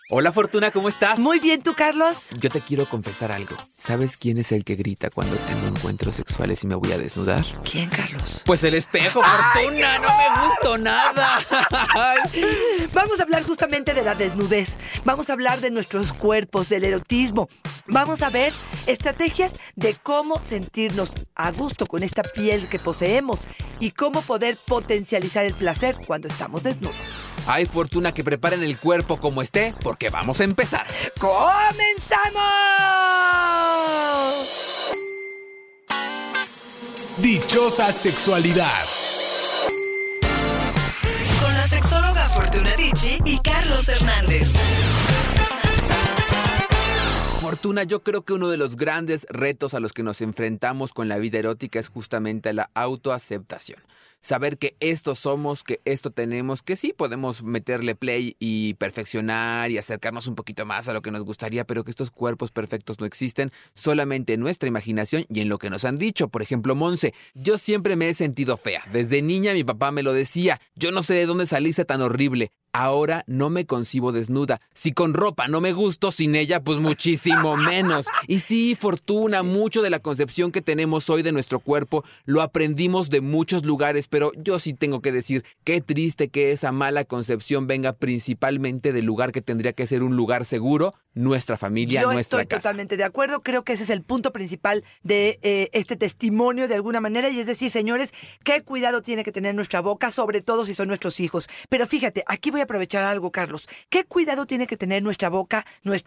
Hola Fortuna, ¿cómo estás? Muy bien, ¿tú, Carlos? Yo te quiero confesar algo. ¿Sabes quién es el que grita cuando tengo encuentros sexuales y me voy a desnudar? ¿Quién, Carlos? Pues el espejo, Fortuna. ¡No me gustó nada! Vamos a hablar justamente de la desnudez. Vamos a hablar de nuestros cuerpos, del erotismo. Vamos a ver estrategias de cómo sentirnos a gusto con esta piel que poseemos y cómo poder potencializar el placer cuando estamos desnudos. Ay, Fortuna, que preparen el cuerpo como esté, porque vamos a empezar. ¡Comenzamos! Dichosa sexualidad. Con la sexóloga Fortuna Dicci y Carlos Hernández. Fortuna, yo creo que uno de los grandes retos a los que nos enfrentamos con la vida erótica es justamente la autoaceptación. Saber que esto somos, que esto tenemos, que sí podemos meterle play y perfeccionar y acercarnos un poquito más a lo que nos gustaría, pero que estos cuerpos perfectos no existen, solamente en nuestra imaginación y en lo que nos han dicho. Por ejemplo, Monse, yo siempre me he sentido fea. Desde niña mi papá me lo decía. Yo no sé de dónde saliste tan horrible. Ahora no me concibo desnuda. Si con ropa no me gusto, sin ella, pues muchísimo menos. Y sí, Fortuna, mucho de la concepción que tenemos hoy de nuestro cuerpo lo aprendimos de muchos lugares, pero yo sí tengo que decir, qué triste que esa mala concepción venga principalmente del lugar que tendría que ser un lugar seguro, nuestra familia, nuestra casa. Yo estoy totalmente de acuerdo. Creo que ese es el punto principal de este testimonio de alguna manera. Y es decir, señores, qué cuidado tiene que tener nuestra boca, sobre todo si son nuestros hijos. Pero fíjate, aquí voy a aprovechar algo, Carlos. ¿Qué cuidado tiene que tener nuestra boca,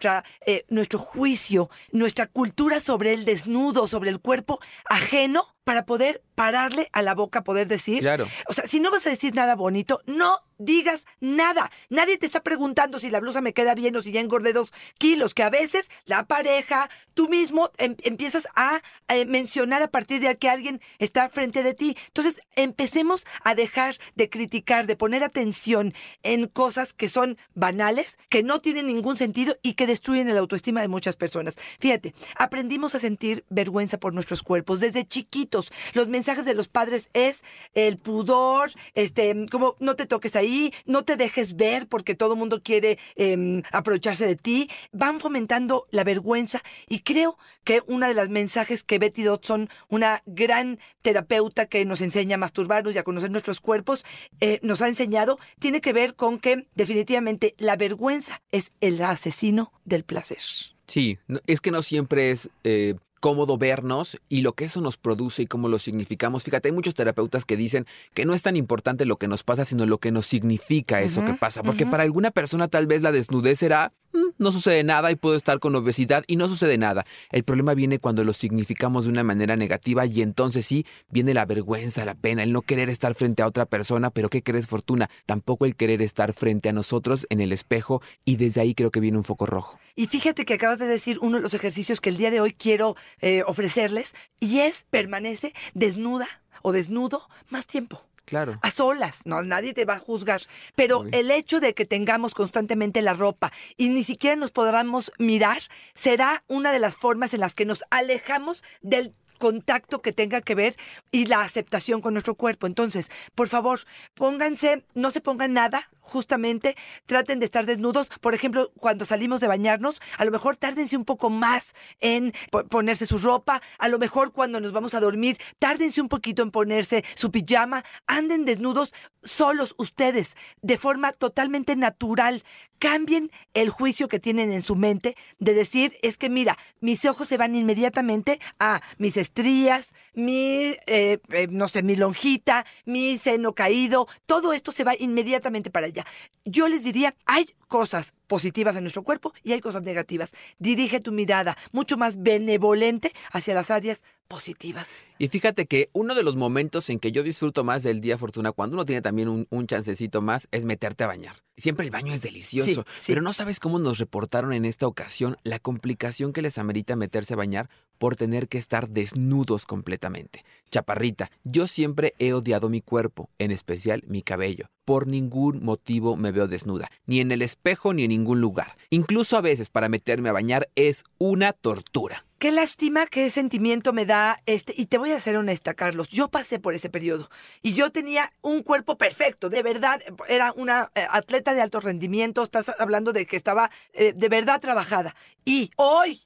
nuestro juicio, nuestra cultura sobre el desnudo, sobre el cuerpo ajeno, para poder pararle a la boca, poder decir? Claro. O sea, si no vas a decir nada bonito, no digas nada. Nadie te está preguntando si la blusa me queda bien o si ya engordé 2 kilos, que a veces la pareja, tú mismo empiezas a mencionar a partir de que alguien está frente de ti. Entonces, empecemos a dejar de criticar, de poner atención en cosas que son banales, que no tienen ningún sentido y que destruyen la autoestima de muchas personas. Fíjate, aprendimos a sentir vergüenza por nuestros cuerpos desde chiquitos. Los mensajes de los padres es el pudor, como no te toques ahí, no te dejes ver porque todo el mundo quiere aprovecharse de ti. Van fomentando la vergüenza y creo que uno de los mensajes que Betty Dodson, una gran terapeuta que nos enseña a masturbarnos y a conocer nuestros cuerpos, nos ha enseñado, tiene que ver con que definitivamente la vergüenza es el asesino del placer. Sí, es que no siempre es cómodo vernos y lo que eso nos produce y cómo lo significamos. Fíjate, hay muchos terapeutas que dicen que no es tan importante lo que nos pasa, sino lo que nos significa eso que pasa. Porque para alguna persona tal vez la desnudez será, no sucede nada y puedo estar con obesidad y no sucede nada. El problema viene cuando lo significamos de una manera negativa y entonces sí, viene la vergüenza, la pena, el no querer estar frente a otra persona. Pero ¿qué crees, Fortuna? Tampoco el querer estar frente a nosotros en el espejo, y desde ahí creo que viene un foco rojo. Y fíjate que acabas de decir uno de los ejercicios que el día de hoy quiero ofrecerles, y es: permanece desnuda o desnudo más tiempo. Claro. A solas, no, nadie te va a juzgar, pero el hecho de que tengamos constantemente la ropa y ni siquiera nos podamos mirar será una de las formas en las que nos alejamos del contacto que tenga que ver y la aceptación con nuestro cuerpo. Entonces, por favor, no se pongan nada, justamente traten de estar desnudos. Por ejemplo, cuando salimos de bañarnos, a lo mejor tárdense un poco más en ponerse su ropa. A lo mejor cuando nos vamos a dormir, tárdense un poquito en ponerse su pijama. Anden desnudos solos ustedes, de forma totalmente natural. Cambien el juicio que tienen en su mente de decir, es que mira, mis ojos se van inmediatamente a mis estrías, mi lonjita, mi seno caído. Todo esto se va inmediatamente para allá. Yo les diría, hay cosas positivas en nuestro cuerpo y hay cosas negativas. Dirige tu mirada mucho más benevolente hacia las áreas positivas. Y fíjate que uno de los momentos en que yo disfruto más del día, Fortuna, cuando uno tiene también un chancecito más, es meterte a bañar. Siempre el baño es delicioso, sí. Pero no sabes cómo nos reportaron en esta ocasión la complicación que les amerita meterse a bañar por tener que estar desnudos completamente. Chaparrita, yo siempre he odiado mi cuerpo, en especial mi cabello. Por ningún motivo me veo desnuda, ni en el espejo ni en ningún lugar. Incluso a veces para meterme a bañar es una tortura. qué lástima, qué sentimiento me da y te voy a ser honesta, Carlos, yo pasé por ese periodo y yo tenía un cuerpo perfecto, de verdad, era una atleta de alto rendimiento, estás hablando de que estaba de verdad trabajada. Y hoy,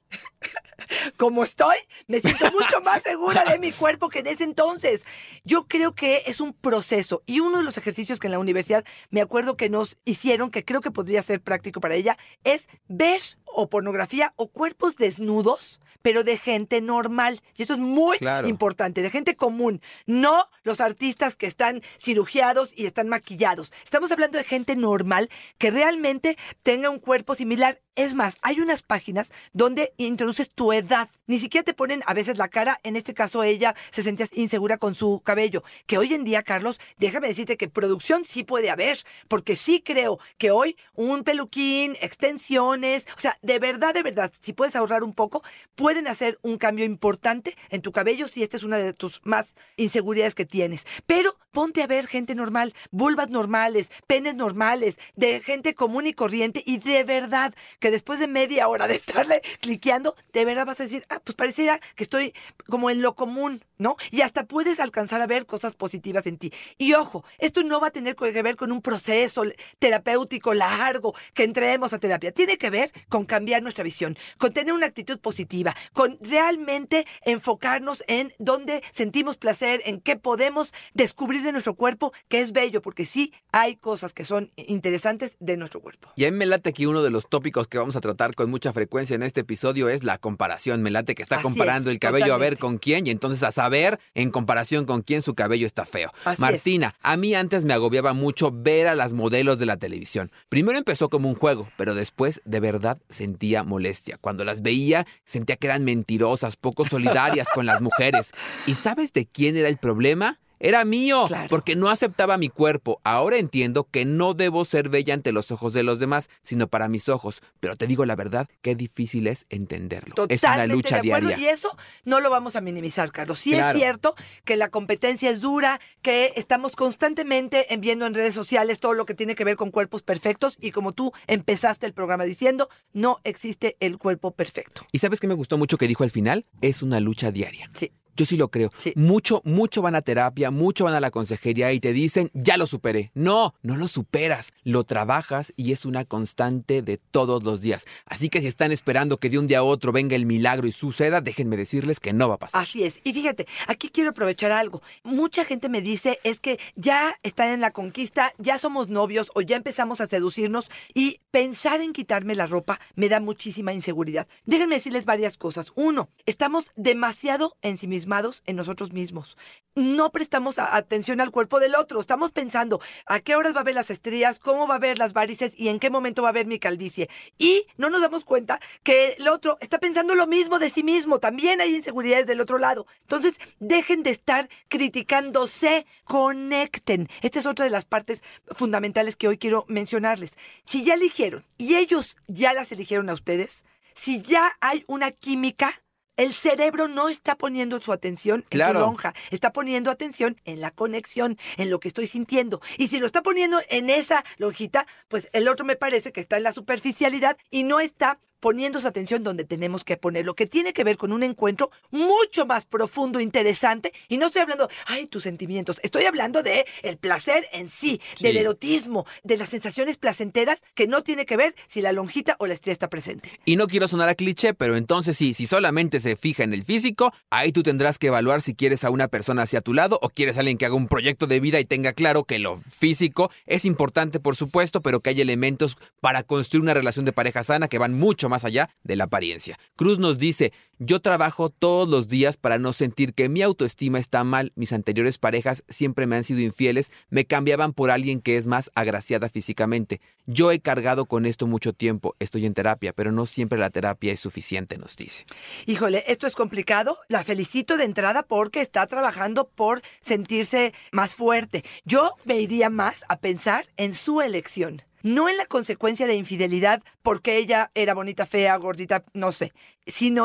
como estoy, me siento mucho más segura de mi cuerpo que en ese entonces. Yo creo que es un proceso y uno de los ejercicios que en la universidad me acuerdo que nos hicieron, que creo que podría ser práctico para ella, es ver o pornografía o cuerpos desnudos, pero de gente normal. Y eso es muy importante, de gente común, no los artistas que están cirugiados y están maquillados. Estamos hablando de gente normal que realmente tenga un cuerpo similar. Es más, hay unas páginas donde introduces tu edad. Ni siquiera te ponen a veces la cara. En este caso, ella se sentía insegura con su cabello. Que hoy en día, Carlos, déjame decirte que producción sí puede haber. Porque sí creo que hoy un peluquín, extensiones, o sea, de verdad, si puedes ahorrar un poco, pueden hacer un cambio importante en tu cabello si esta es una de tus más inseguridades que tienes. Pero ponte a ver gente normal, vulvas normales, penes normales, de gente común y corriente, y de verdad que después de media hora de estarle cliqueando, de verdad vas a decir, pues pareciera que estoy como en lo común, ¿no? Y hasta puedes alcanzar a ver cosas positivas en ti. Y ojo, esto no va a tener que ver con un proceso terapéutico largo, que entremos a terapia. Tiene que ver con cambiar nuestra visión, con tener una actitud positiva, con realmente enfocarnos en dónde sentimos placer, en qué podemos descubrir de nuestro cuerpo, que es bello, porque sí hay cosas que son interesantes de nuestro cuerpo. Y a mí me late que uno de los tópicos que vamos a tratar con mucha frecuencia en este episodio es la comparación. Me late que está comparando el cabello totalmente. A ver con quién, y entonces a saber en comparación con quién su cabello está feo. Martina, a mí antes me agobiaba mucho ver a las modelos de la televisión. Primero empezó como un juego, pero después de verdad sentía molestia. Cuando las veía, sentía que eran mentirosas, poco solidarias con las mujeres. ¿Y sabes de quién era el problema? Era mío, porque no aceptaba mi cuerpo. Ahora entiendo que no debo ser bella ante los ojos de los demás, sino para mis ojos. Pero te digo la verdad, qué difícil es entenderlo. Totalmente es una lucha diaria. Y eso no lo vamos a minimizar, Carlos. Sí es cierto que la competencia es dura, que estamos constantemente viendo en redes sociales todo lo que tiene que ver con cuerpos perfectos, y como tú empezaste el programa diciendo, no existe el cuerpo perfecto. ¿Y sabes qué me gustó mucho que dijo al final? Es una lucha diaria. Sí. Yo sí lo creo. Sí. Mucho van a terapia, mucho van a la consejería y te dicen, ya lo superé. No lo superas. Lo trabajas y es una constante de todos los días. Así que si están esperando que de un día a otro venga el milagro y suceda, déjenme decirles que no va a pasar. Así es. Y fíjate, aquí quiero aprovechar algo. Mucha gente me dice, es que ya están en la conquista, ya somos novios o ya empezamos a seducirnos, y pensar en quitarme la ropa me da muchísima inseguridad. Déjenme decirles varias cosas. Uno, estamos demasiado ensimismados en nosotros mismos. No prestamos atención al cuerpo del otro. Estamos pensando a qué horas va a ver las estrías, cómo va a ver las varices y en qué momento va a ver mi calvicie. Y no nos damos cuenta que el otro está pensando lo mismo de sí mismo. También hay inseguridades del otro lado. Entonces, dejen de estar criticándose, conecten. Esta es otra de las partes fundamentales que hoy quiero mencionarles. Si ya eligieron y ellos ya las eligieron a ustedes, si ya hay una química, el cerebro no está poniendo su atención en tu lonja, está poniendo atención en la conexión, en lo que estoy sintiendo. Y si lo está poniendo en esa lonjita, pues el otro me parece que está en la superficialidad y no está poniendo su atención donde tenemos que poner, lo que tiene que ver con un encuentro mucho más profundo, interesante. Y no estoy hablando, tus sentimientos. Estoy hablando de el placer en sí, del erotismo, de las sensaciones placenteras, que no tiene que ver si la lonjita o la estría está presente. Y no quiero sonar a cliché, pero entonces sí, si solamente se fija en el físico, ahí tú tendrás que evaluar si quieres a una persona hacia tu lado o quieres a alguien que haga un proyecto de vida y tenga claro que lo físico es importante, por supuesto, pero que hay elementos para construir una relación de pareja sana que van mucho más allá de la apariencia. Cruz nos dice, yo trabajo todos los días para no sentir que mi autoestima está mal. Mis anteriores parejas siempre me han sido infieles, me cambiaban por alguien que es más agraciada físicamente. Yo he cargado con esto mucho tiempo, estoy en terapia, pero no siempre la terapia es suficiente, nos dice. Híjole, esto es complicado. La felicito de entrada porque está trabajando por sentirse más fuerte. Yo me iría más a pensar en su elección. No en la consecuencia de infidelidad porque ella era bonita, fea, gordita, no sé, sino en la forma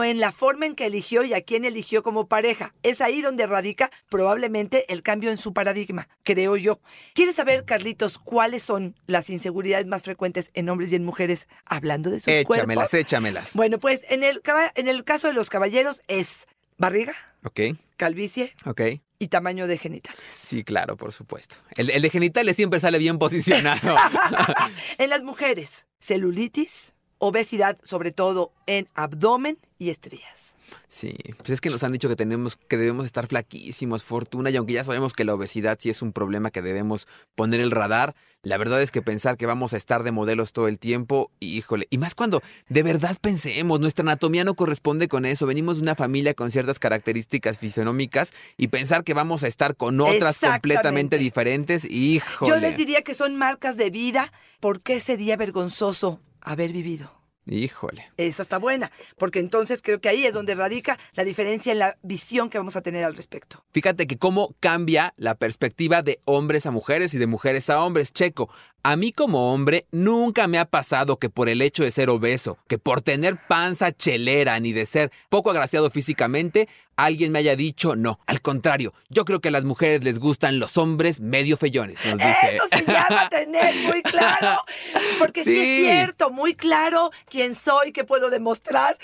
forma en que eligió y a quién eligió como pareja. Es ahí donde radica probablemente el cambio en su paradigma, creo yo. ¿Quieres saber, Carlitos, cuáles son las inseguridades más frecuentes en hombres y en mujeres hablando de sus cuerpos? Échamelas. Bueno, pues en el caso de los caballeros es barriga, Ok, calvicie ok. y tamaño de genitales. Sí, claro, por supuesto. El de genitales siempre sale bien posicionado. En las mujeres, celulitis, obesidad, sobre todo en abdomen y estrías. Sí, pues es que nos han dicho que debemos estar flaquísimos, Fortuna, y aunque ya sabemos que la obesidad sí es un problema que debemos poner el radar, la verdad es que pensar que vamos a estar de modelos todo el tiempo, híjole, y más cuando de verdad pensemos, nuestra anatomía no corresponde con eso, venimos de una familia con ciertas características fisionómicas y pensar que vamos a estar con otras completamente diferentes, híjole. Yo les diría que son marcas de vida. ¿Por qué sería vergonzoso haber vivido? Híjole. Esa está buena, porque entonces creo que ahí es donde radica la diferencia en la visión que vamos a tener al respecto. Fíjate que cómo cambia la perspectiva de hombres a mujeres y de mujeres a hombres, Checo. A mí como hombre nunca me ha pasado que por el hecho de ser obeso, que por tener panza chelera ni de ser poco agraciado físicamente, alguien me haya dicho no. Al contrario, yo creo que a las mujeres les gustan los hombres medio fellones, nos dice. Eso se llama tener muy claro, porque sí es cierto, muy claro quién soy, qué puedo demostrar,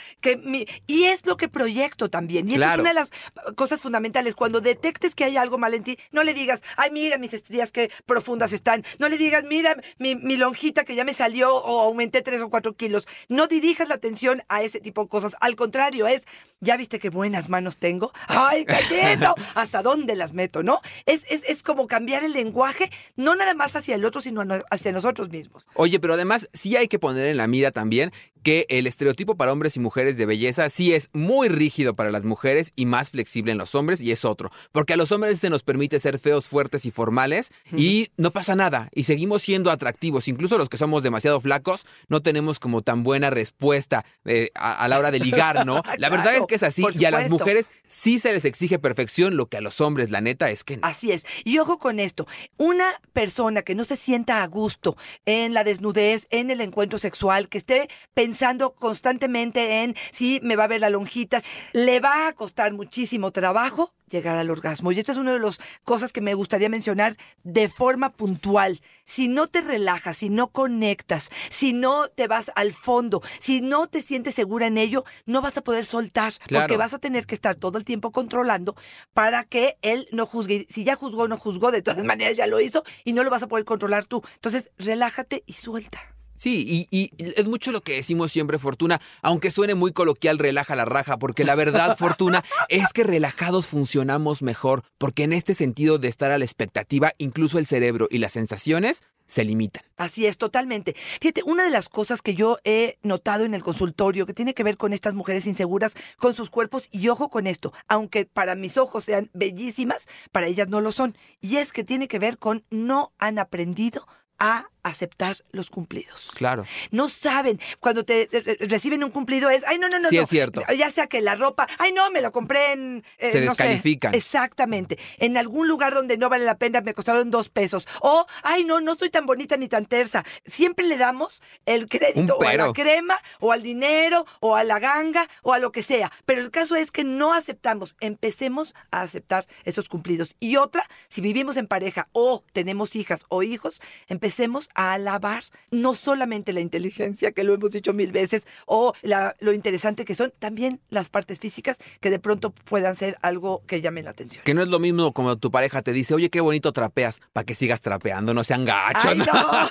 y es lo que proyecto también. Y esa es una de las cosas fundamentales. Cuando detectes que hay algo mal en ti, no le digas, ay, mira mis estrías qué profundas están. No le digas, mira mi lonjita que ya me salió o aumenté 3 o 4 kilos. No dirijas la atención a ese tipo de cosas. Al contrario, ¿ya viste qué buenas manos tengo? ¡Ay, cayendo! ¿Hasta dónde las meto, no? Es como cambiar el lenguaje, no nada más hacia el otro, sino hacia nosotros mismos. Oye, pero además sí hay que poner en la mira también que el estereotipo para hombres y mujeres de belleza sí es muy rígido para las mujeres y más flexible en los hombres, y es otro. Porque a los hombres se nos permite ser feos, fuertes y formales y no pasa nada y seguimos siendo atractivos. Incluso los que somos demasiado flacos no tenemos como tan buena respuesta a la hora de ligar, ¿no? La verdad es que es así, y a las mujeres sí se les exige perfección, lo que a los hombres, la neta, es que no. Así es. Y ojo con esto, una persona que no se sienta a gusto en la desnudez, en el encuentro sexual, que esté pensando constantemente en si me va a ver la lonjita, le va a costar muchísimo trabajo llegar al orgasmo. Y esta es una de las cosas que me gustaría mencionar de forma puntual. Si no te relajas, si no conectas, si no te vas al fondo, si no te sientes segura en ello, no vas a poder soltar. Claro. Porque vas a tener que estar todo el tiempo controlando para que él no juzgue. Si ya juzgó o no juzgó, de todas maneras ya lo hizo y no lo vas a poder controlar tú. Entonces, relájate y suelta. Sí, y es mucho lo que decimos siempre, Fortuna, aunque suene muy coloquial, relaja la raja, porque la verdad, Fortuna, es que relajados funcionamos mejor, porque en este sentido de estar a la expectativa, incluso el cerebro y las sensaciones se limitan. Así es, totalmente. Fíjate, una de las cosas que yo he notado en el consultorio que tiene que ver con estas mujeres inseguras con sus cuerpos, y ojo con esto, aunque para mis ojos sean bellísimas, para ellas no lo son, y es que tiene que ver con no han aprendido a aceptar los cumplidos. Claro. No saben, cuando te reciben un cumplido es, ay, no. Sí, es cierto. Ya sea que la ropa, ay, no, me lo compré en... Se descalifican. Exactamente. En algún lugar donde no vale la pena me costaron 2 pesos. O, ay, no estoy tan bonita ni tan tersa. Siempre le damos el crédito o a la crema, o al dinero, o a la ganga, o a lo que sea. Pero el caso es que no aceptamos. Empecemos a aceptar esos cumplidos. Y otra, si vivimos en pareja o tenemos hijas o hijos, empecemos a alabar no solamente la inteligencia, que lo hemos dicho 1000 veces, o lo interesante que son, también las partes físicas que de pronto puedan ser algo que llame la atención. Que no es lo mismo como tu pareja te dice, oye, qué bonito trapeas, para que sigas trapeando, no sean gachos. ¡Ay,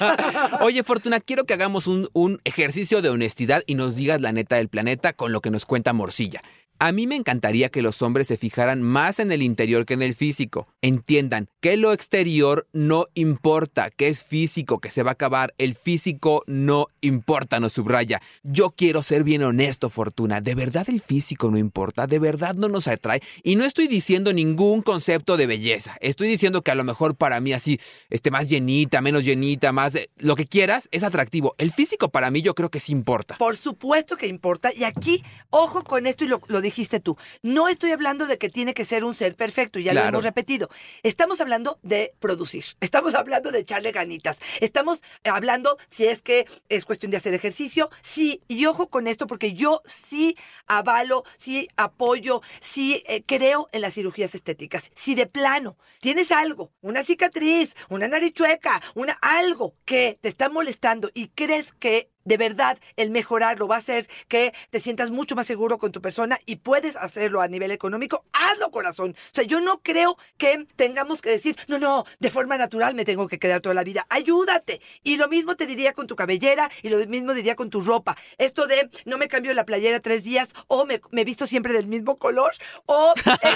no! Oye, Fortuna, quiero que hagamos un ejercicio de honestidad y nos digas la neta del planeta con lo que nos cuenta Morcilla. A mí me encantaría que los hombres se fijaran más en el interior que en el físico. Entiendan que lo exterior no importa, que es físico, que se va a acabar. El físico no importa, nos subraya. Yo quiero ser bien honesto, Fortuna. De verdad el físico no importa, de verdad no nos atrae. Y no estoy diciendo ningún concepto de belleza. Estoy diciendo que a lo mejor para mí así, más llenita, menos llenita, más lo que quieras, es atractivo. El físico para mí yo creo que sí importa. Por supuesto que importa. Y aquí, ojo con esto, y lo dijiste tú. No estoy hablando de que tiene que ser un ser perfecto, ya Claro. lo hemos repetido. Estamos hablando de producir, estamos hablando de echarle ganitas, estamos hablando si es que es cuestión de hacer ejercicio, sí, y ojo con esto porque yo sí avalo, sí apoyo, sí creo en las cirugías estéticas. Si de plano tienes algo, una cicatriz, una nariz chueca, algo que te está molestando y crees que de verdad el mejorarlo va a hacer que te sientas mucho más seguro con tu persona y puedes hacerlo a nivel económico, hazlo, corazón. O sea, yo no creo que tengamos que decir, no, de forma natural me tengo que quedar toda la vida. Ayúdate. Y lo mismo te diría con tu cabellera y lo mismo diría con tu ropa. Esto de no me cambio la playera 3 días o me visto siempre del mismo color o...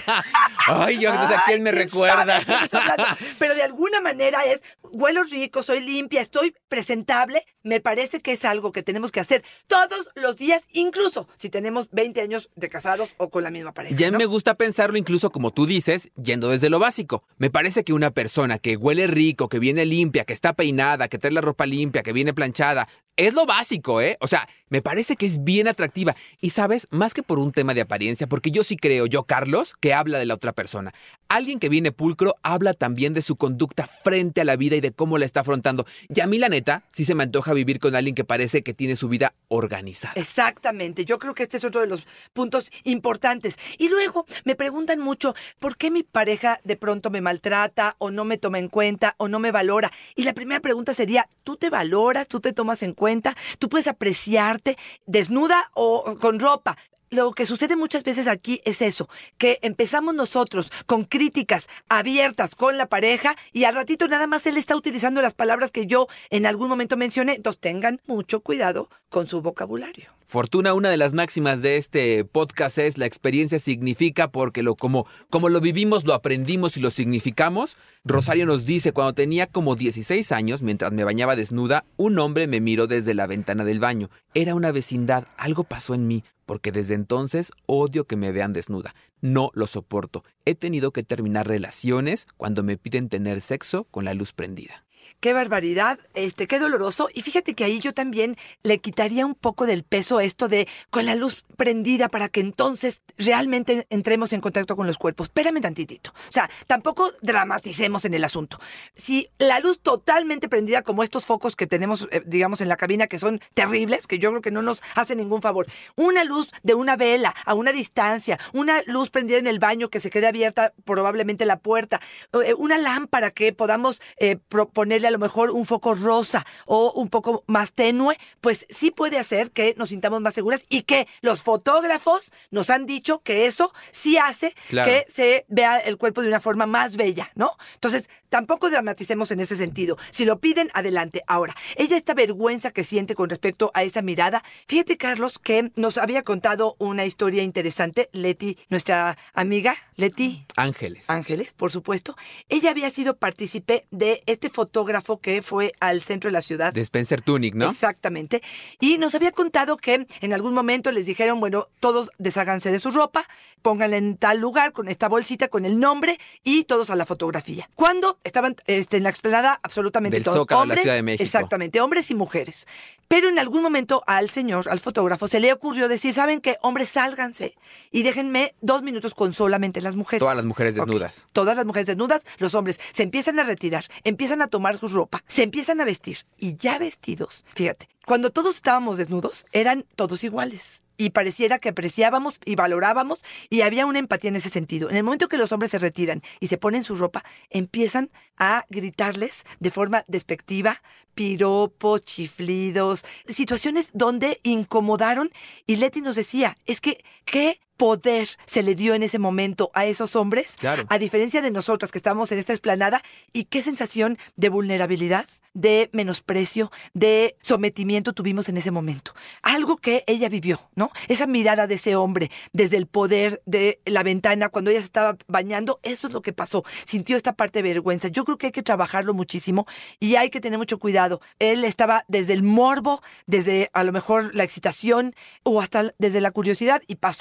Ay, yo no sé a quién me recuerda. sabe a quién estoy hablando. Pero de alguna manera es, huelo rico, soy limpia, estoy presentable. Me parece que es algo que tenemos que hacer todos los días, incluso si tenemos 20 años de casados o con la misma pareja. Ya ¿no? me gusta pensarlo incluso como tú dices, yendo desde lo básico. Me parece que una persona que huele rico, que viene limpia, que está peinada, que trae la ropa limpia, que viene planchada, es lo básico, ¿eh? O sea, me parece que es bien atractiva. Y sabes, más que por un tema de apariencia, porque yo sí creo, Carlos, que habla de la otra persona. Alguien que viene pulcro habla también de su conducta frente a la vida y de cómo la está afrontando. Y a mí, la neta, sí se me antoja vivir con alguien que parece que tiene su vida organizada. Exactamente, yo creo que este es otro de los puntos importantes. Y luego me preguntan mucho, ¿por qué mi pareja de pronto me maltrata o no me toma en cuenta o no me valora? Y la primera pregunta sería, ¿tú te valoras? ¿Tú te tomas en cuenta? ¿Tú puedes apreciarte desnuda o con ropa? Lo que sucede muchas veces aquí es eso, que empezamos nosotros con críticas abiertas con la pareja y al ratito nada más él está utilizando las palabras que yo en algún momento mencioné. Entonces tengan mucho cuidado con su vocabulario. Fortuna, una de las máximas de este podcast es la experiencia significa porque como lo vivimos, lo aprendimos y lo significamos. Rosario nos dice, cuando tenía como 16 años, mientras me bañaba desnuda, un hombre me miró desde la ventana del baño. Era una vecindad, algo pasó en mí, porque desde entonces odio que me vean desnuda. No lo soporto. He tenido que terminar relaciones cuando me piden tener sexo con la luz prendida. Qué barbaridad, qué doloroso. Y fíjate que ahí yo también le quitaría un poco del peso esto de con la luz prendida para que entonces realmente entremos en contacto con los cuerpos. Espérame tantitito. O sea, tampoco dramaticemos en el asunto. Si la luz totalmente prendida, como estos focos que tenemos, digamos, en la cabina, que son terribles, que yo creo que no nos hacen ningún favor. Una luz de una vela a una distancia, una luz prendida en el baño que se quede abierta probablemente la puerta, una lámpara que podamos ponerle a lo mejor un foco rosa o un poco más tenue, pues sí puede hacer que nos sintamos más seguras y que los fotógrafos nos han dicho que eso sí hace que se vea el cuerpo de una forma más bella, ¿no? Entonces, tampoco dramaticemos en ese sentido. Si lo piden, adelante. Ahora, ella esta vergüenza que siente con respecto a esa mirada, fíjate, Carlos, que nos había contado una historia interesante, Leti, nuestra amiga, Leti. Ángeles, por supuesto. Ella había sido partícipe de este fotógrafo que fue al centro de la ciudad. De Spencer Tunick, ¿no? Exactamente. Y nos había contado que en algún momento les dijeron, bueno, todos desháganse de su ropa, pónganla en tal lugar con esta bolsita con el nombre y todos a la fotografía. Cuando estaban en la explanada absolutamente del todos. Zócalo hombres, de la Ciudad de México. Exactamente, hombres y mujeres. Pero en algún momento al fotógrafo, se le ocurrió decir, ¿saben qué? Hombres, sálganse y déjenme 2 minutos con solamente las mujeres. Todas las mujeres desnudas. Okay. Todas las mujeres desnudas, los hombres se empiezan a retirar, empiezan a tomar su ropa, se empiezan a vestir y ya vestidos, fíjate, cuando todos estábamos desnudos, eran todos iguales. Y pareciera que apreciábamos y valorábamos y había una empatía en ese sentido. En el momento que los hombres se retiran y se ponen su ropa, empiezan a gritarles de forma despectiva, piropos, chiflidos, situaciones donde incomodaron. Y Leti nos decía, es que, ¿qué poder se le dio en ese momento a esos hombres? Claro. A diferencia de nosotras que estamos en esta explanada, y qué sensación de vulnerabilidad, de menosprecio, de sometimiento tuvimos en ese momento. Algo que ella vivió, ¿no? Esa mirada de ese hombre desde el poder de la ventana cuando ella se estaba bañando, eso es lo que pasó. Sintió esta parte de vergüenza. Yo creo que hay que trabajarlo muchísimo y hay que tener mucho cuidado. Él estaba desde el morbo, desde a lo mejor la excitación o hasta desde la curiosidad y pasó.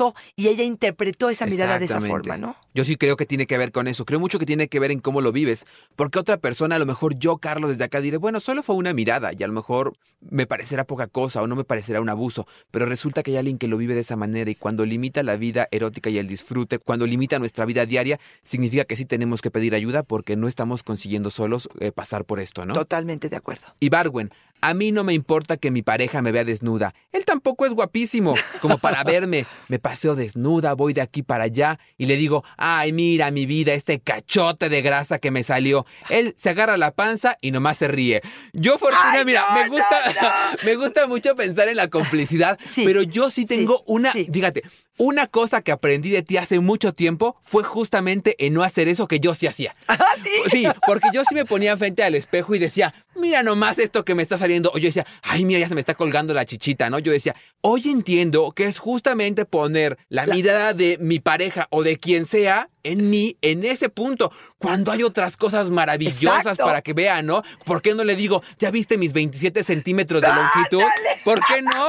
y ella interpretó esa mirada de esa forma, ¿no? Yo sí creo que tiene que ver con eso. Creo mucho que tiene que ver en cómo lo vives. Porque otra persona, a lo mejor yo, Carlos, desde acá diré, bueno, solo fue una mirada y a lo mejor me parecerá poca cosa o no me parecerá un abuso. Pero resulta que hay alguien que lo vive de esa manera y cuando limita la vida erótica y el disfrute, cuando limita nuestra vida diaria, significa que sí tenemos que pedir ayuda porque no estamos consiguiendo solos pasar por esto, ¿no? Totalmente de acuerdo. Y Barwen, a mí no me importa que mi pareja me vea desnuda. Él tampoco es guapísimo como para verme. Me paseo desnuda, voy de aquí para allá y le digo, ay, mira mi vida, este cachote de grasa que me salió. Él se agarra la panza y nomás se ríe. Yo, Fortuna, Ay, mira, no, me gusta mucho pensar en la complicidad, Sí, pero yo sí tengo sí. fíjate, una cosa que aprendí de ti hace mucho tiempo fue justamente en no hacer eso que yo sí hacía. Sí, porque yo sí me ponía frente al espejo y decía, mira nomás esto que me está saliendo. O yo decía, ay, mira, ya se me está colgando la chichita, ¿no? Yo decía, hoy entiendo que es justamente poner la mirada de mi pareja o de quien sea en mí, en ese punto, cuando hay otras cosas maravillosas Exacto. para que vean, ¿no? ¿Por qué no le digo, ya viste mis 27 centímetros de longitud? ¿Por qué no?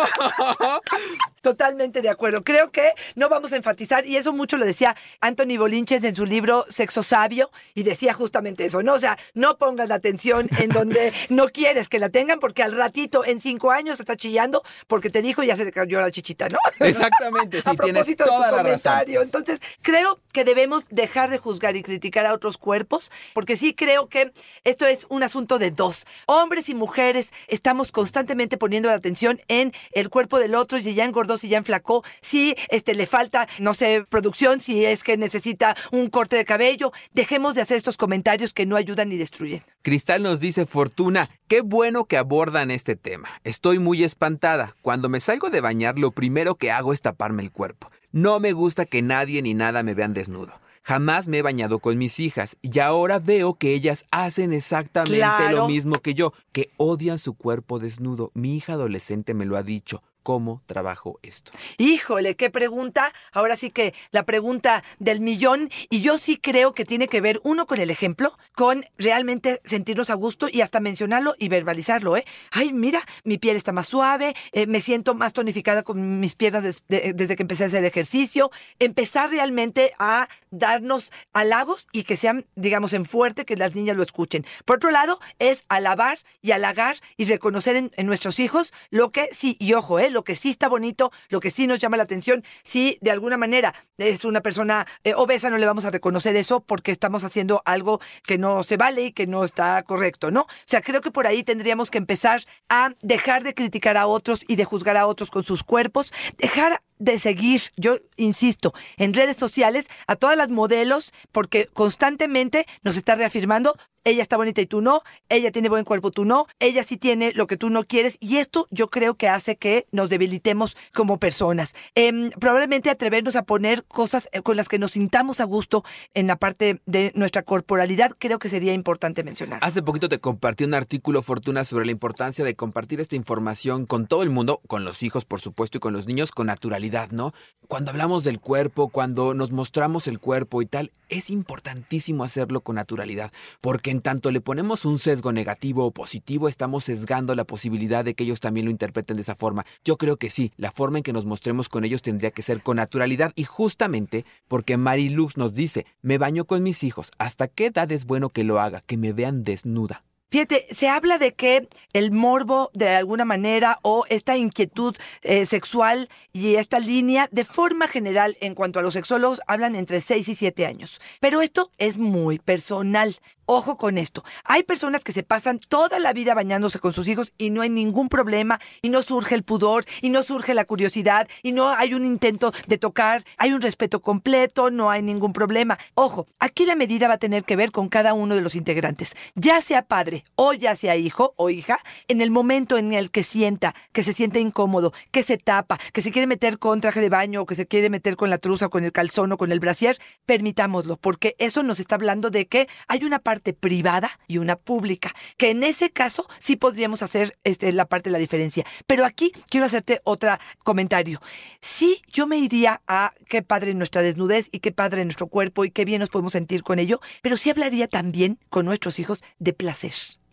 Totalmente de acuerdo. Creo que no vamos a enfatizar, y eso mucho lo decía Anthony Bolinches en su libro Sexo Sabio, y decía justamente eso, ¿no? O sea, no pongas la atención en donde no quieres que la tengan, porque al ratito, en 5 años, está chillando porque te dijo y ya se te cayó la chichita, ¿no? Exactamente, sí, A tienes propósito de tu toda la razón. comentario. Entonces, creo que debemos dejar de juzgar y criticar a otros cuerpos, porque sí creo que esto es un asunto de dos. Hombres y mujeres estamos constantemente poniendo la atención en el cuerpo del otro, si ya engordó, si ya enflacó, si le falta, no sé, producción, si es que necesita un corte de cabello. Dejemos de hacer estos comentarios que no ayudan ni destruyen. Cristal nos dice, Fortuna, qué bueno que abordan este tema. Estoy muy espantada. Cuando me salgo de bañar, lo primero que hago es taparme el cuerpo. No me gusta que nadie ni nada me vean desnudo. Jamás me he bañado con mis hijas y ahora veo que ellas hacen exactamente Claro. lo mismo que yo, que odian su cuerpo desnudo. Mi hija adolescente me lo ha dicho. ¿Cómo trabajo esto? Híjole, qué pregunta. Ahora sí que la pregunta del millón. Y yo sí creo que tiene que ver, uno, con el ejemplo, con realmente sentirnos a gusto y hasta mencionarlo y verbalizarlo, ¿eh? Ay, mira, mi piel está más suave, me siento más tonificada con mis piernas desde que empecé a hacer ejercicio. Empezar realmente a darnos halagos y que sean, digamos, en fuerte, que las niñas lo escuchen. Por otro lado, es alabar y halagar y reconocer en nuestros hijos lo que sí, y ojo, lo que sí está bonito, lo que sí nos llama la atención. Si de alguna manera es una persona obesa, no le vamos a reconocer eso porque estamos haciendo algo que no se vale y que no está correcto, ¿no? O sea, creo que por ahí tendríamos que empezar a dejar de criticar a otros y de juzgar a otros con sus cuerpos, dejar de seguir, yo insisto, en redes sociales a todas las modelos, porque constantemente nos está reafirmando, ella está bonita y tú no, ella tiene buen cuerpo, tú no, ella sí tiene lo que tú no quieres, y esto yo creo que hace que nos debilitemos como personas. Probablemente atrevernos a poner cosas con las que nos sintamos a gusto en la parte de nuestra corporalidad, creo que sería importante mencionar. Hace poquito te compartí un artículo, Fortuna, sobre la importancia de compartir esta información con todo el mundo, con los hijos, por supuesto, y con los niños, con naturalidad, ¿no? Cuando hablamos del cuerpo, cuando nos mostramos el cuerpo y tal, es importantísimo hacerlo con naturalidad, porque en tanto le ponemos un sesgo negativo o positivo, estamos sesgando la posibilidad de que ellos también lo interpreten de esa forma. Yo creo que sí, la forma en que nos mostremos con ellos tendría que ser con naturalidad, y justamente porque Mariluz nos dice, me baño con mis hijos, ¿hasta qué edad es bueno que lo haga, que me vean desnuda? Fíjate, se habla de que el morbo, de alguna manera, o esta inquietud sexual y esta línea, de forma general, en cuanto a los sexólogos, hablan entre 6 y 7 años. Pero esto es muy personal. Ojo con esto. Hay personas que se pasan toda la vida bañándose con sus hijos y no hay ningún problema, y no surge el pudor, y no surge la curiosidad, y no hay un intento de tocar, hay un respeto completo, no hay ningún problema. Ojo, aquí la medida va a tener que ver con cada uno de los integrantes, ya sea padre o ya sea hijo o hija, en el momento en el que sienta, que se siente incómodo, que se tapa, que se quiere meter con traje de baño, o que se quiere meter con la truza, o con el calzón, o con el brasier, permitámoslo, porque eso nos está hablando de que hay una parte privada y una pública, que en ese caso sí podríamos hacer la parte de la diferencia. Pero aquí quiero hacerte otro comentario. Sí, yo me iría a qué padre nuestra desnudez y qué padre nuestro cuerpo y qué bien nos podemos sentir con ello, pero sí hablaría también con nuestros hijos de placer.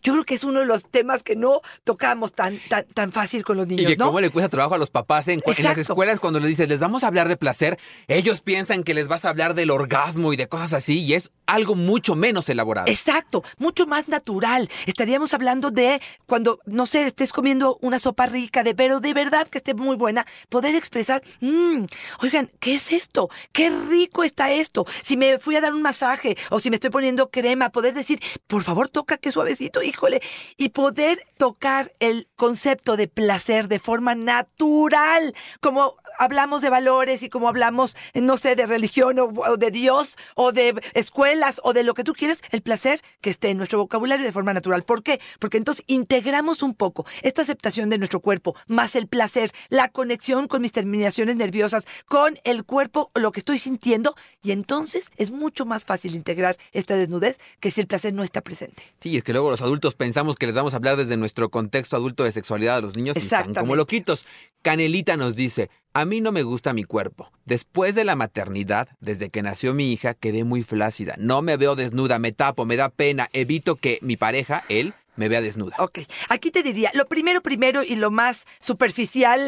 yo creo que es uno de los temas que no tocamos tan fácil con los niños, Y que ¿no? cómo le cuesta trabajo a los papás en las Exacto. escuelas cuando les dices, les vamos a hablar de placer, ellos piensan que les vas a hablar del orgasmo y de cosas así, y es algo mucho menos elaborado. Exacto, mucho más natural. Estaríamos hablando de cuando, no sé, estés comiendo una sopa rica, pero de verdad que esté muy buena, poder expresar, oigan, ¿qué es esto? ¡Qué rico está esto! Si me fui a dar un masaje o si me estoy poniendo crema, poder decir, por favor, toca qué suavecito, híjole, y poder tocar el concepto de placer de forma natural, como hablamos de valores y como hablamos, no sé, de religión o de Dios o de escuelas o de lo que tú quieras, el placer que esté en nuestro vocabulario de forma natural. ¿Por qué? Porque entonces integramos un poco esta aceptación de nuestro cuerpo, más el placer, la conexión con mis terminaciones nerviosas, con el cuerpo, lo que estoy sintiendo, y entonces es mucho más fácil integrar esta desnudez que si el placer no está presente. Sí, es que luego los adultos pensamos que les vamos a hablar desde nuestro contexto adulto de sexualidad a los niños y están como Exactamente. loquitos. Canelita nos dice, a mí no me gusta mi cuerpo. Después de la maternidad, desde que nació mi hija, quedé muy flácida. No me veo desnuda, me tapo, me da pena, evito que mi pareja, él, me vea desnuda. Ok, aquí te diría, lo primero y lo más superficial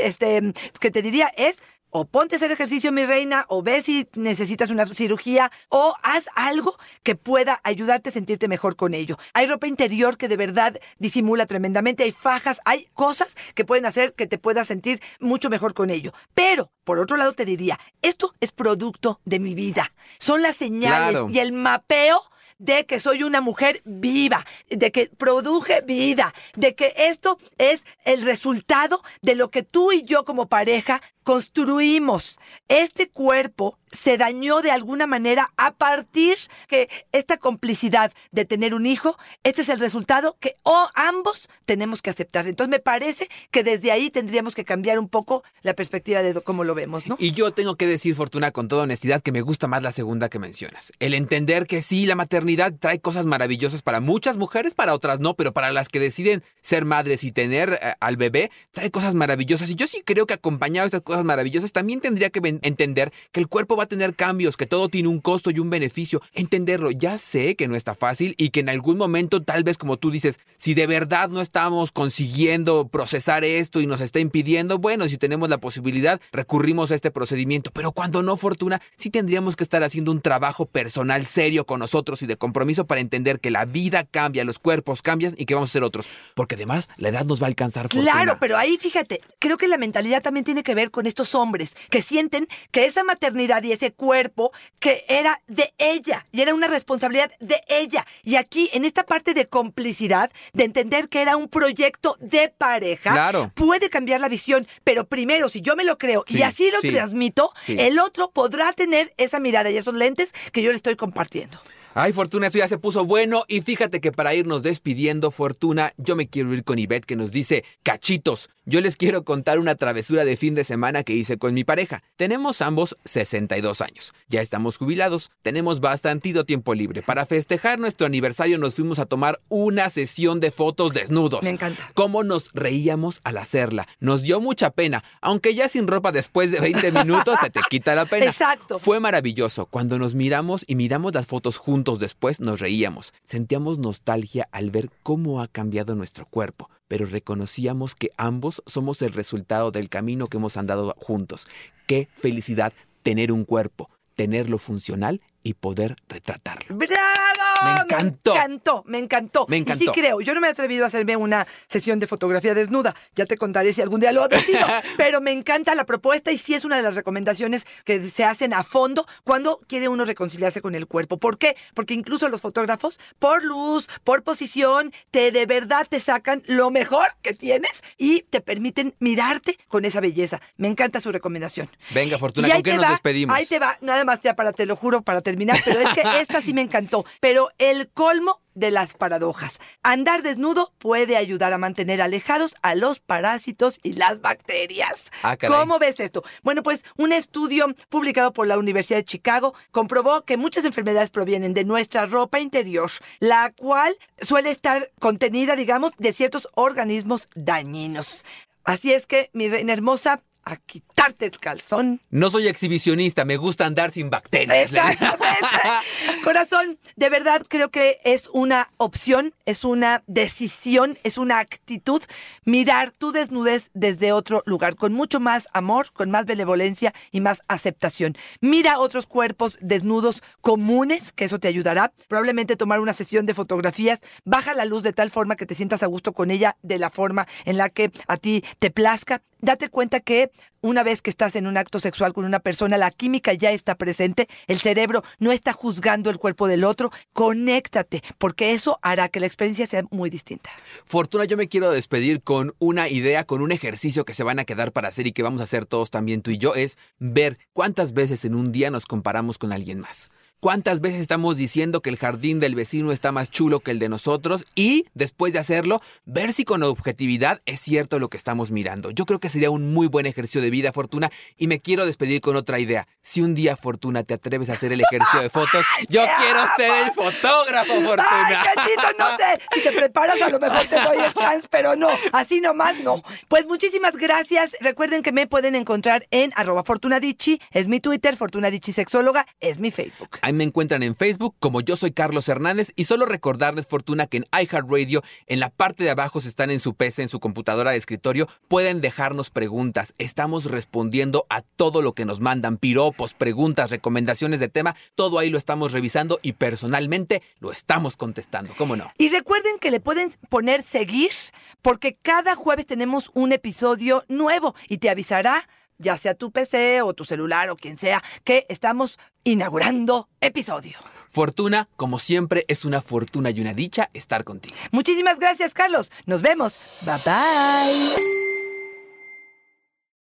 que te diría es, o ponte a hacer ejercicio, mi reina, o ve si necesitas una cirugía, o haz algo que pueda ayudarte a sentirte mejor con ello. Hay ropa interior que de verdad disimula tremendamente, hay fajas, hay cosas que pueden hacer que te puedas sentir mucho mejor con ello. Pero, por otro lado, te diría, esto es producto de mi vida. Son las señales Claro. y el mapeo de que soy una mujer viva, de que produje vida, de que esto es el resultado de lo que tú y yo como pareja construimos. Este cuerpo se dañó de alguna manera a partir que esta complicidad de tener un hijo, este es el resultado que ambos tenemos que aceptar. Entonces me parece que desde ahí tendríamos que cambiar un poco la perspectiva de cómo lo vemos, ¿no? Y yo tengo que decir, Fortuna, con toda honestidad, que me gusta más la segunda que mencionas. El entender que sí, la maternidad trae cosas maravillosas para muchas mujeres, para otras no, pero para las que deciden ser madres y tener al bebé, trae cosas maravillosas. Y yo sí creo que acompañado de estas cosas maravillosas, también tendría que entender que el cuerpo va a tener cambios, que todo tiene un costo y un beneficio. Entenderlo, ya sé que no está fácil y que en algún momento, tal vez como tú dices, si de verdad no estamos consiguiendo procesar esto y nos está impidiendo, bueno, si tenemos la posibilidad, recurrimos a este procedimiento. Pero cuando no, Fortuna, sí tendríamos que estar haciendo un trabajo personal serio con nosotros y de compromiso para entender que la vida cambia, los cuerpos cambian y que vamos a ser otros. Porque además, la edad nos va a alcanzar, Fortuna. Claro, pero ahí fíjate, creo que la mentalidad también tiene que ver con estos hombres que sienten que esa maternidad y ese cuerpo que era de ella y era una responsabilidad de ella. Y aquí, en esta parte de complicidad, de entender que era un proyecto de pareja, Claro. puede cambiar la visión. Pero primero, si yo me lo creo y Sí, así lo sí, transmito, sí. el otro podrá tener esa mirada y esos lentes que yo le estoy compartiendo. Ay, Fortuna, esto ya se puso bueno. Y fíjate que para irnos despidiendo, Fortuna, yo me quiero ir con Ivette, que nos dice, cachitos, yo les quiero contar una travesura de fin de semana que hice con mi pareja. Tenemos ambos 62 años. Ya estamos jubilados, tenemos bastantito tiempo libre. Para festejar nuestro aniversario nos fuimos a tomar una sesión de fotos desnudos. Me encanta. Cómo nos reíamos al hacerla. Nos dio mucha pena, aunque ya sin ropa después de 20 minutos se te quita la pena. Exacto. Fue maravilloso. Cuando nos miramos y miramos las fotos juntos después, nos reíamos. Sentíamos nostalgia al ver cómo ha cambiado nuestro cuerpo, pero reconocíamos que ambos somos el resultado del camino que hemos andado juntos. Qué felicidad tener un cuerpo, tenerlo funcional y poder retratarlo. ¡Bravo! Me encantó. Me encantó. Me Y encantó. sí creo, yo no me he atrevido a hacerme una sesión de fotografía desnuda. Ya te contaré si algún día lo decido. Pero me encanta la propuesta y sí es una de las recomendaciones que se hacen a fondo cuando quiere uno reconciliarse con el cuerpo. ¿Por qué? Porque incluso los fotógrafos, por luz, por posición, de verdad te sacan lo mejor que tienes y te permiten mirarte con esa belleza. Me encanta su recomendación. Venga, Fortuna, Y ahí ¿con qué te nos va, despedimos? Ahí te va, nada más ya te lo juro, para terminar, pero es que esta sí me encantó. Pero el colmo de las paradojas. Andar desnudo puede ayudar a mantener alejados a los parásitos y las bacterias. Ah, caray. ¿Cómo ves esto? Bueno, pues un estudio publicado por la Universidad de Chicago comprobó que muchas enfermedades provienen de nuestra ropa interior, la cual suele estar contenida, digamos, de ciertos organismos dañinos. Así es que, mi reina hermosa, a quitarte el calzón. No soy exhibicionista, me gusta andar sin bacterias. Exactamente. Corazón, de verdad creo que es una opción, es una decisión, es una actitud mirar tu desnudez desde otro lugar, con mucho más amor, con más benevolencia y más aceptación. Mira otros cuerpos desnudos comunes, que eso te ayudará. Probablemente tomar una sesión de fotografías, baja la luz de tal forma que te sientas a gusto con ella, de la forma en la que a ti te plazca. Date cuenta que una vez que estás en un acto sexual con una persona, la química ya está presente, el cerebro no está juzgando el cuerpo del otro. Conéctate, porque eso hará que la experiencia sea muy distinta. Fortuna, yo me quiero despedir con una idea, con un ejercicio que se van a quedar para hacer y que vamos a hacer todos también tú y yo, es ver cuántas veces en un día nos comparamos con alguien más. ¿Cuántas veces estamos diciendo que el jardín del vecino está más chulo que el de nosotros? Y, después de hacerlo, ver si con objetividad es cierto lo que estamos mirando. Yo creo que sería un muy buen ejercicio de vida, Fortuna, y me quiero despedir con otra idea. Si un día, Fortuna, te atreves a hacer el ejercicio de fotos, yo quiero ser el fotógrafo, Fortuna. Ay, Cachito, no sé. Si te preparas, a lo mejor te doy el chance, pero no. Así nomás no. Pues muchísimas gracias. Recuerden que me pueden encontrar en @FortunaDichi. Es mi Twitter, FortunaDichi Sexóloga. Es mi Facebook. Ahí me encuentran en Facebook como Yo Soy Carlos Hernández y solo recordarles, Fortuna, que en iHeartRadio, en la parte de abajo, si están en su PC, en su computadora de escritorio, pueden dejarnos preguntas. Estamos respondiendo a todo lo que nos mandan, piropos, preguntas, recomendaciones de tema, todo ahí lo estamos revisando y personalmente lo estamos contestando, ¿cómo no? Y recuerden que le pueden poner seguir, porque cada jueves tenemos un episodio nuevo y te avisará, ya sea tu PC o tu celular o quien sea, que estamos inaugurando episodio. Fortuna, como siempre, es una fortuna y una dicha estar contigo. Muchísimas gracias, Carlos. Nos vemos. Bye bye.